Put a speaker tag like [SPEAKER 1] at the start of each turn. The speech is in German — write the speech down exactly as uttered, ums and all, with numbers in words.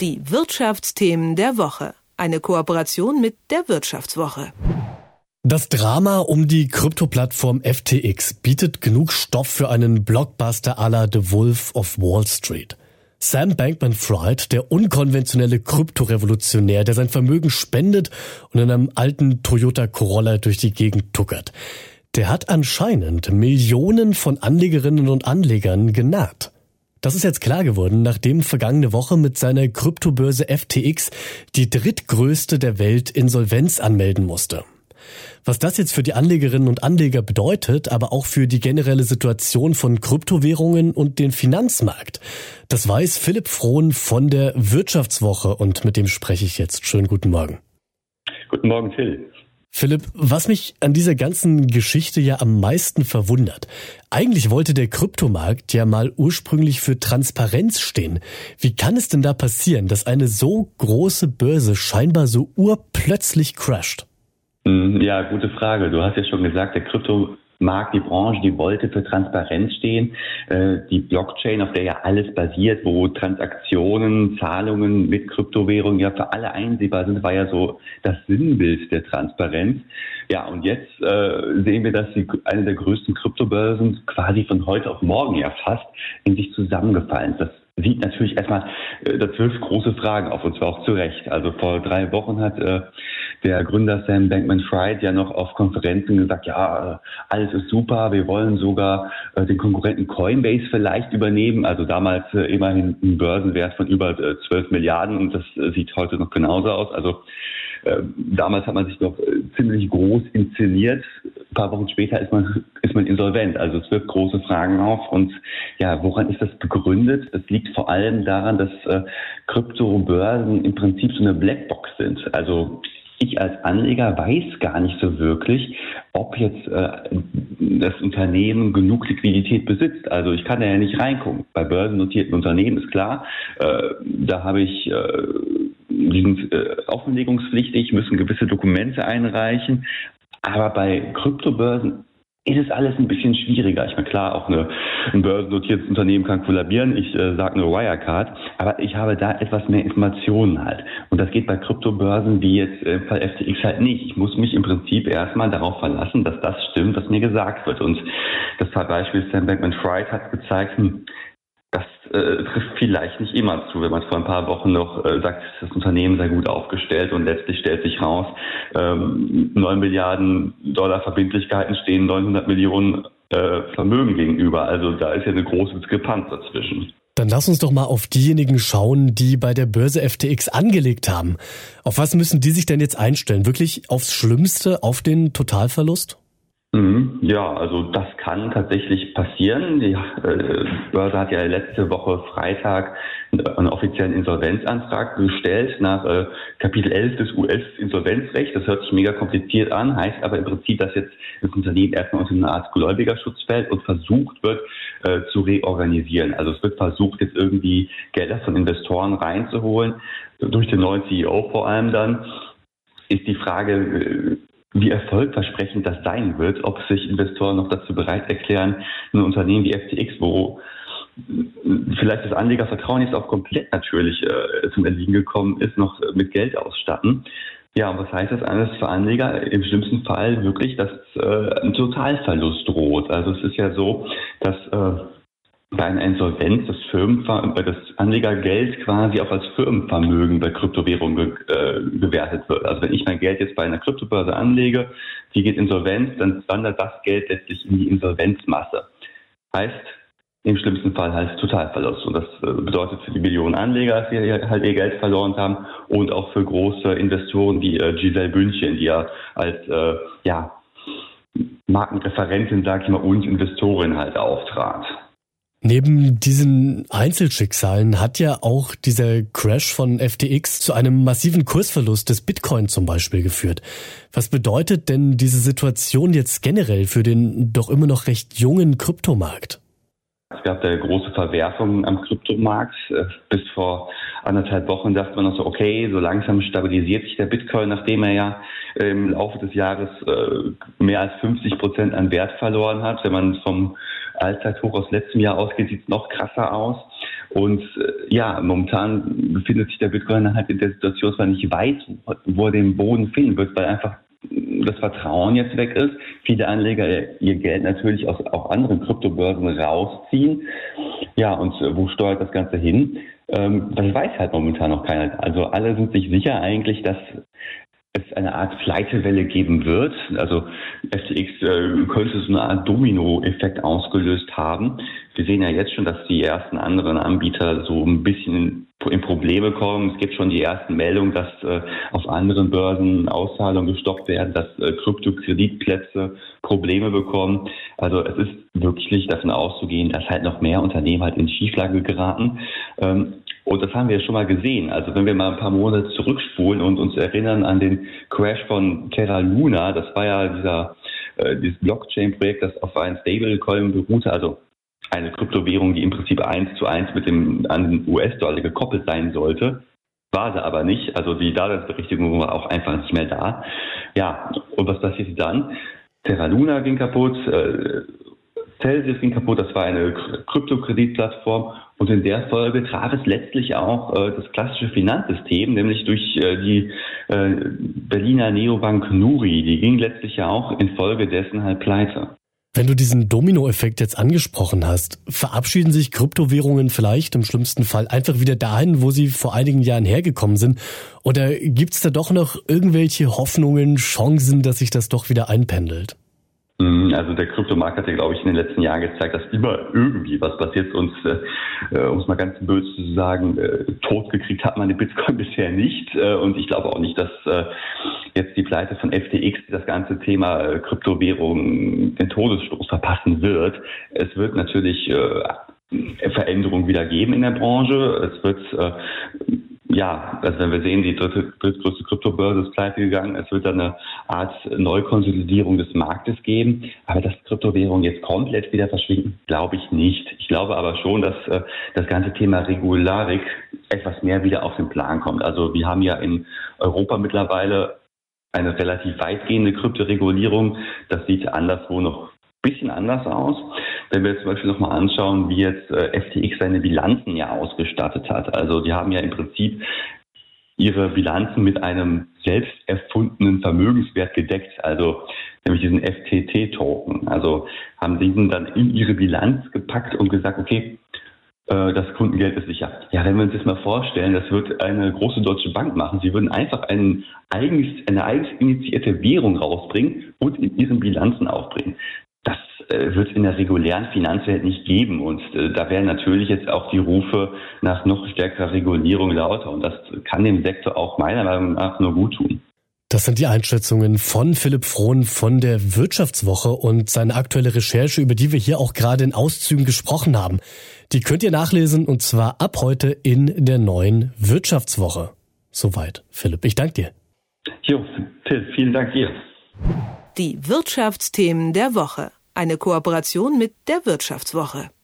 [SPEAKER 1] Die Wirtschaftsthemen der Woche. Eine Kooperation mit der Wirtschaftswoche.
[SPEAKER 2] Das Drama um die Krypto-Plattform F T X bietet genug Stoff für einen Blockbuster à la The Wolf of Wall Street. Sam Bankman-Fried, der unkonventionelle Kryptorevolutionär, der sein Vermögen spendet und in einem alten Toyota Corolla durch die Gegend tuckert, der hat anscheinend Millionen von Anlegerinnen und Anlegern genarrt. Das ist jetzt klar geworden, nachdem vergangene Woche mit seiner Kryptobörse F T X die drittgrößte der Welt Insolvenz anmelden musste. Was das jetzt für die Anlegerinnen und Anleger bedeutet, aber auch für die generelle Situation von Kryptowährungen und den Finanzmarkt, das weiß Philipp Frohn von der Wirtschaftswoche und mit dem spreche ich jetzt. Schönen guten Morgen.
[SPEAKER 3] Guten Morgen, Phil.
[SPEAKER 2] Philipp, was mich an dieser ganzen Geschichte ja am meisten verwundert, eigentlich wollte der Kryptomarkt ja mal ursprünglich für Transparenz stehen. Wie kann es denn da passieren, dass eine so große Börse scheinbar so urplötzlich crasht?
[SPEAKER 3] Ja, gute Frage. Du hast ja schon gesagt, der Kryptomarkt, die Branche, die wollte für Transparenz stehen. Die Blockchain, auf der ja alles basiert, wo Transaktionen, Zahlungen mit Kryptowährungen ja für alle einsehbar sind, war ja so das Sinnbild der Transparenz. Ja, und jetzt äh, sehen wir, dass die, eine der größten Kryptobörsen quasi von heute auf morgen ja fast in sich zusammengefallen ist. Das sieht natürlich erstmal, äh, das wirft große Fragen auf, und zwar auch zu Recht. Also vor drei Wochen hat äh, der Gründer Sam Bankman-Fried ja noch auf Konferenzen gesagt, ja, äh, alles ist super, wir wollen sogar äh, den Konkurrenten Coinbase vielleicht übernehmen. Also damals äh, immerhin ein Börsenwert von über äh, zwölf Milliarden und das äh, sieht heute noch genauso aus. Also äh, damals hat man sich noch äh, ziemlich groß inszeniert. Ein paar Wochen später ist man ist man insolvent. Also es wirft große Fragen auf. Und ja, woran ist das begründet? Das liegt vor allem daran, dass äh, Kryptobörsen im Prinzip so eine Blackbox sind. Also ich als Anleger weiß gar nicht so wirklich, ob jetzt äh, das Unternehmen genug Liquidität besitzt. Also ich kann da ja nicht reingucken. Bei börsennotierten Unternehmen ist klar, äh, da habe ich, äh, die sind äh, offenlegungspflichtig, müssen gewisse Dokumente einreichen. Aber bei Kryptobörsen ist es alles ein bisschen schwieriger. Ich meine, klar, auch eine, ein börsennotiertes Unternehmen kann kollabieren. Ich äh, sage nur Wirecard. Aber ich habe da etwas mehr Informationen halt. Und das geht bei Kryptobörsen wie jetzt im Fall F T X halt nicht. Ich muss mich im Prinzip erstmal darauf verlassen, dass das stimmt, was mir gesagt wird. Und das Beispiel Sam Bankman-Fried hat gezeigt, hm, das äh, trifft vielleicht nicht immer zu, wenn man vor ein paar Wochen noch äh, sagt, das Unternehmen sei gut aufgestellt und letztlich stellt sich raus, ähm, neun Milliarden Dollar Verbindlichkeiten stehen neunhundert Millionen äh, Vermögen gegenüber. Also da ist ja eine große Diskrepanz dazwischen.
[SPEAKER 2] Dann lass uns doch mal auf diejenigen schauen, die bei der Börse F T X angelegt haben. Auf was müssen die sich denn jetzt einstellen? Wirklich aufs Schlimmste, auf den Totalverlust?
[SPEAKER 3] Ja, also das kann tatsächlich passieren. Die äh, Börse hat ja letzte Woche Freitag einen offiziellen Insolvenzantrag gestellt nach äh, Kapitel elf des U S-Insolvenzrechts. Das hört sich mega kompliziert an, heißt aber im Prinzip, dass jetzt das Unternehmen erstmal unter eine Art Gläubigerschutz fällt und versucht wird äh, zu reorganisieren. Also es wird versucht, jetzt irgendwie Gelder von Investoren reinzuholen, durch den neuen C E O vor allem dann. Ist die Frage, äh, wie erfolgversprechend das sein wird, ob sich Investoren noch dazu bereit erklären, ein Unternehmen wie F T X, wo vielleicht das Anlegervertrauen jetzt auch komplett natürlich äh, zum Erliegen gekommen ist, noch mit Geld ausstatten. Ja, und was heißt das alles für Anleger? Im schlimmsten Fall wirklich, dass äh, ein Totalverlust droht. Also es ist ja so, dass äh, bei einer Insolvenz das, Firmenver- das Anlegergeld quasi auch als Firmenvermögen bei Kryptowährungen ge- äh, gewertet wird. Also wenn ich mein Geld jetzt bei einer Kryptobörse anlege, die geht insolvenz, dann wandert das Geld letztlich in die Insolvenzmasse. Heißt, im schlimmsten Fall halt Totalverlust. Und das äh, bedeutet für die Millionen Anleger, dass sie halt ihr Geld verloren haben und auch für große Investoren wie äh, Gisele Bündchen, die ja als äh, ja, Markenreferentin, sag ich mal, und Investorin halt auftrat.
[SPEAKER 2] Neben diesen Einzelschicksalen hat ja auch dieser Crash von F T X zu einem massiven Kursverlust des Bitcoin zum Beispiel geführt. Was bedeutet denn diese Situation jetzt generell für den doch immer noch recht jungen Kryptomarkt?
[SPEAKER 3] Es gab da große Verwerfungen am Kryptomarkt. Bis vor anderthalb Wochen dachte man noch so, okay, so langsam stabilisiert sich der Bitcoin, nachdem er ja im Laufe des Jahres mehr als fünfzig Prozent an Wert verloren hat. Wenn man vom Allzeithoch aus letztem Jahr ausgeht, sieht es noch krasser aus. Und äh, ja, momentan befindet sich der Bitcoin halt in der Situation, dass man nicht weiß, wo er den Boden finden wird, weil einfach das Vertrauen jetzt weg ist. Viele Anleger ihr Geld natürlich aus auch anderen Kryptobörsen rausziehen. Ja, und äh, wo steuert das Ganze hin? Ähm, das weiß halt momentan noch keiner. Also alle sind sich sicher eigentlich, dass es eine Art Pleitewelle geben wird. Also F T X äh, könnte so eine Art Domino-Effekt ausgelöst haben. Wir sehen ja jetzt schon, dass die ersten anderen Anbieter so ein bisschen in, in Probleme kommen. Es gibt schon die ersten Meldungen, dass äh, auf anderen Börsen Auszahlungen gestoppt werden, dass äh, Kryptokreditplätze Probleme bekommen. Also es ist wirklich davon auszugehen, dass halt noch mehr Unternehmen halt in Schieflage geraten. Ähm, Und das haben wir ja schon mal gesehen. Also wenn wir mal ein paar Monate zurückspulen und uns erinnern an den Crash von Terra Luna, das war ja dieser äh, dieses Blockchain-Projekt, das auf einen Stablecoin beruhte, also eine Kryptowährung, die im Prinzip eins zu eins mit dem an den U S-Dollar gekoppelt sein sollte. War sie aber nicht. Also die Daseinsberechtigung war auch einfach nicht mehr da. Ja, und was passierte dann? Terra Luna ging kaputt, äh, Celsius ging kaputt, das war eine Kryptokreditplattform und in der Folge traf es letztlich auch äh, das klassische Finanzsystem, nämlich durch äh, die äh, Berliner Neobank Nuri, die ging letztlich ja auch infolgedessen halt pleite.
[SPEAKER 2] Wenn du diesen Dominoeffekt jetzt angesprochen hast, verabschieden sich Kryptowährungen vielleicht im schlimmsten Fall einfach wieder dahin, wo sie vor einigen Jahren hergekommen sind? Oder gibt es da doch noch irgendwelche Hoffnungen, Chancen, dass sich das doch wieder einpendelt?
[SPEAKER 3] Also der Kryptomarkt hat ja, glaube ich, in den letzten Jahren gezeigt, dass immer irgendwie was passiert. Und äh, um es mal ganz böse zu sagen, äh, totgekriegt hat man den Bitcoin bisher nicht. Äh, und ich glaube auch nicht, dass äh, jetzt die Pleite von F T X das ganze Thema äh, Kryptowährung den Todesstoß verpassen wird. Es wird natürlich äh, Veränderungen wieder geben in der Branche. Es wird äh, Ja, also wenn wir sehen, die dritte, drittgrößte Kryptobörse ist pleite gegangen. Es wird dann eine Art Neukonsolidierung des Marktes geben. Aber dass Kryptowährungen jetzt komplett wieder verschwinden, glaube ich nicht. Ich glaube aber schon, dass äh, das ganze Thema Regularik etwas mehr wieder auf den Plan kommt. Also wir haben ja in Europa mittlerweile eine relativ weitgehende Kryptoregulierung. Das sieht anderswo noch ein bisschen anders aus. Wenn wir jetzt zum Beispiel nochmal anschauen, wie jetzt äh, F T X seine Bilanzen ja ausgestattet hat. Also die haben ja im Prinzip ihre Bilanzen mit einem selbst erfundenen Vermögenswert gedeckt, also nämlich diesen F T T-Token. Also haben sie ihn dann in ihre Bilanz gepackt und gesagt, okay, äh, das Kundengeld ist sicher. Ja, wenn wir uns das mal vorstellen, das wird eine große deutsche Bank machen. Sie würden einfach einen eigens, eine eigens initiierte Währung rausbringen und in ihren Bilanzen aufbringen. Das äh, wird es in der regulären Finanzwelt nicht geben und äh, da wären natürlich jetzt auch die Rufe nach noch stärkerer Regulierung lauter und das kann dem Sektor auch meiner Meinung nach nur gut tun.
[SPEAKER 2] Das sind die Einschätzungen von Philipp Frohn von der Wirtschaftswoche und seine aktuelle Recherche, über die wir hier auch gerade in Auszügen gesprochen haben. Die könnt ihr nachlesen und zwar ab heute in der neuen Wirtschaftswoche. Soweit, Philipp. Ich danke dir.
[SPEAKER 3] Jo, Phil, vielen Dank dir.
[SPEAKER 1] Die Wirtschaftsthemen der Woche. Eine Kooperation mit der Wirtschaftswoche.